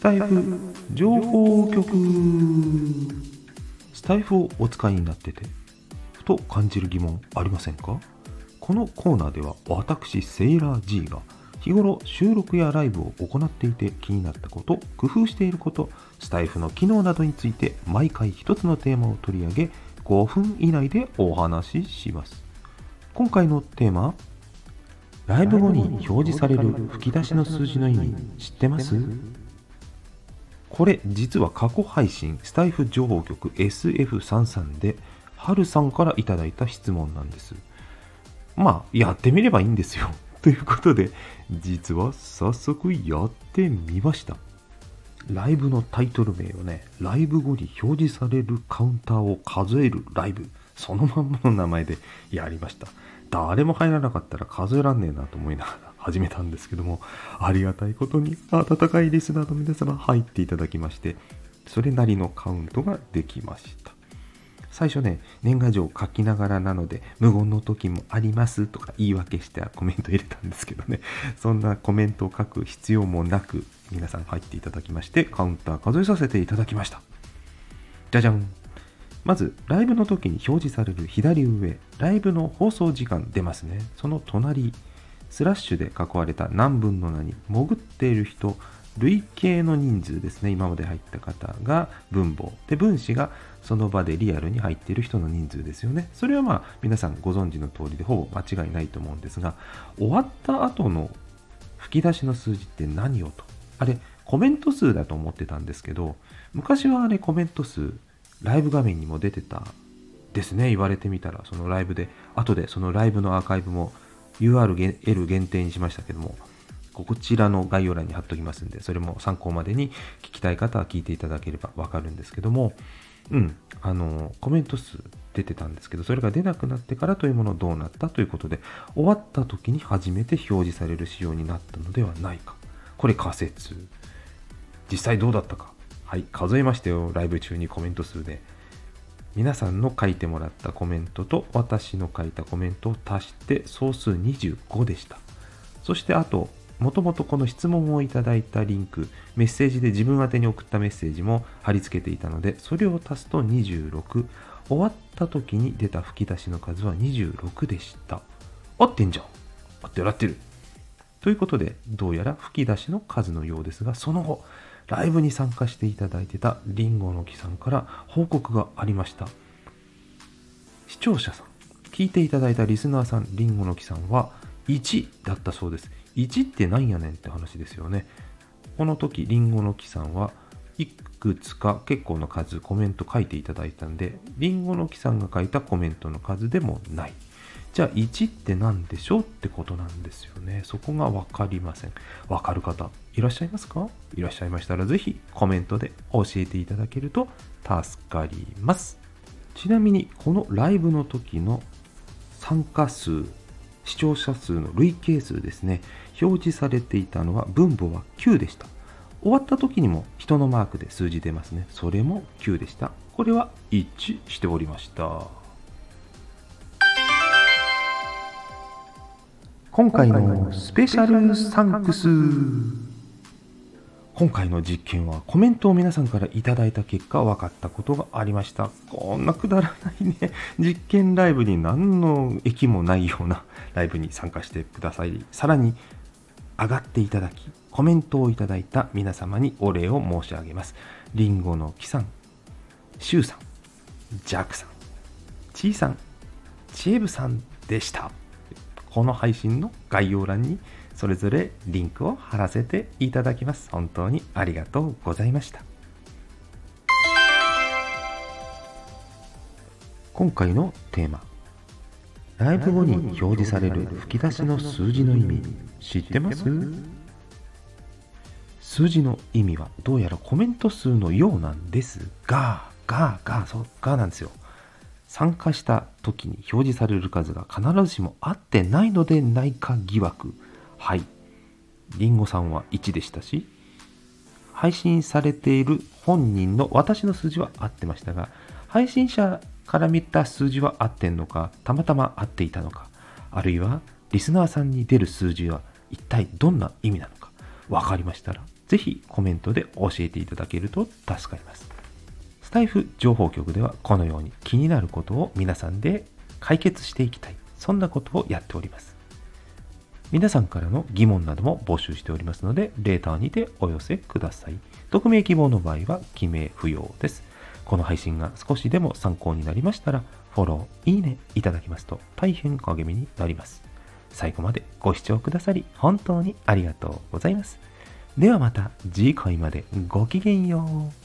タイフ情報局。スタイフをお使いになっててふと感じる疑問ありませんか？このコーナーでは私セイラー G が日頃収録やライブを行っていて気になったこと、工夫していること、スタイフの機能などについて毎回一つのテーマを取り上げ5分以内でお話しします。今回のテーマ、ライブ後に表示される吹き出しの数字の意味知ってます？これ実は過去配信スタイフ情報局 SF33 ではるさんからいただいた質問なんです。まあやってみればいいんですよということで、実は早速やってみました。ライブのタイトル名をね、ライブ後に表示されるカウンターを数えるライブ、そのまんまの名前でやりました。誰も入らなかったら数えらんねえなと思いながら始めたんですけども、ありがたいことに温かいリスナーの皆様入っていただきまして、それなりのカウントができました。最初ね、年賀状書きながらなので無言の時もありますとか言い訳してコメント入れたんですけどね、そんなコメントを書く必要もなく皆さん入っていただきまして、カウンター数えさせていただきました。じゃじゃん。まずライブの時に表示される左上、ライブの放送時間出ますね。その隣、スラッシュで囲われた何分の何、潜っている人、累計の人数ですね。今まで入った方が分母で、分子がその場でリアルに入っている人の人数ですよね。それはまあ皆さんご存知の通りでほぼ間違いないと思うんですが、終わった後の吹き出しの数字って何をと、あれコメント数だと思ってたんですけど、昔はあれコメント数ライブ画面にも出てたですね。言われてみたら、そのライブで後でそのライブのアーカイブも URL 限定にしましたけども、こちらの概要欄に貼っときますんで、それも参考までに聞きたい方は聞いていただければわかるんですけども、コメント数出てたんですけど、それが出なくなってからというものどうなったということで、終わった時に初めて表示される仕様になったのではないか。これ仮説。実際どうだったか。はい、数えましたよ。ライブ中にコメント数で。皆さんの書いてもらったコメントと私の書いたコメントを足して総数25でした。そしてあと、もともとこの質問をいただいたリンク、メッセージで自分宛てに送ったメッセージも貼り付けていたので、それを足すと26、終わった時に出た吹き出しの数は26でした。合ってんじゃん。合ってる。ということで、どうやら吹き出しの数のようですが、その後、ライブに参加していただいてたリンゴの木さんから報告がありました。視聴者さん、聞いていただいたリスナーさん、リンゴの木さんは1だったそうです。1ってなんやねんって話ですよね。この時リンゴの木さんはいくつか結構の数コメント書いていただいたんで、リンゴの木さんが書いたコメントの数でもない。じゃあ1って何でしょうってことなんですよね。そこが分かりません。分かる方いらっしゃいますか？いらっしゃいましたらぜひコメントで教えていただけると助かります。ちなみにこのライブの時の参加数、視聴者数の累計数ですね、表示されていたのは分母は9でした。終わった時にも人のマークで数字出ますね。それも9でした。これは一致しておりました。今回のスペシャルサンクス。今回の実験はコメントを皆さんからいただいた結果分かったことがありました。こんなくだらないね、実験ライブに何の益もないようなライブに参加してください。さらに上がっていただき、コメントをいただいた皆様にお礼を申し上げます。リンゴの木さん、シュウさん、ジャックさん、チーさん、チエブさんでした。この配信の概要欄にそれぞれリンクを貼らせていただきます。本当にありがとうございました。今回のテーマ、ライブ後に表示される吹き出しの数字の意味知ってます？数字の意味はどうやらコメント数のようなんですが、そうなんですよ。参加した時に表示される数が必ずしも合ってないのでないか疑惑。はい。リンゴさんは1でしたし、配信されている本人の私の数字は合ってましたが、配信者から見た数字は合ってんのか、たまたま合っていたのか、あるいはリスナーさんに出る数字は一体どんな意味なのか、わかりましたら、 ぜひコメントで教えていただけると助かります。スタイフ情報局ではこのように気になることを皆さんで解決していきたい、そんなことをやっております。皆さんからの疑問なども募集しておりますので、レーターにてお寄せください。匿名希望の場合は記名不要です。この配信が少しでも参考になりましたら、フォロー、いいねいただきますと大変励みになります。最後までご視聴くださり本当にありがとうございます。ではまた次回までごきげんよう。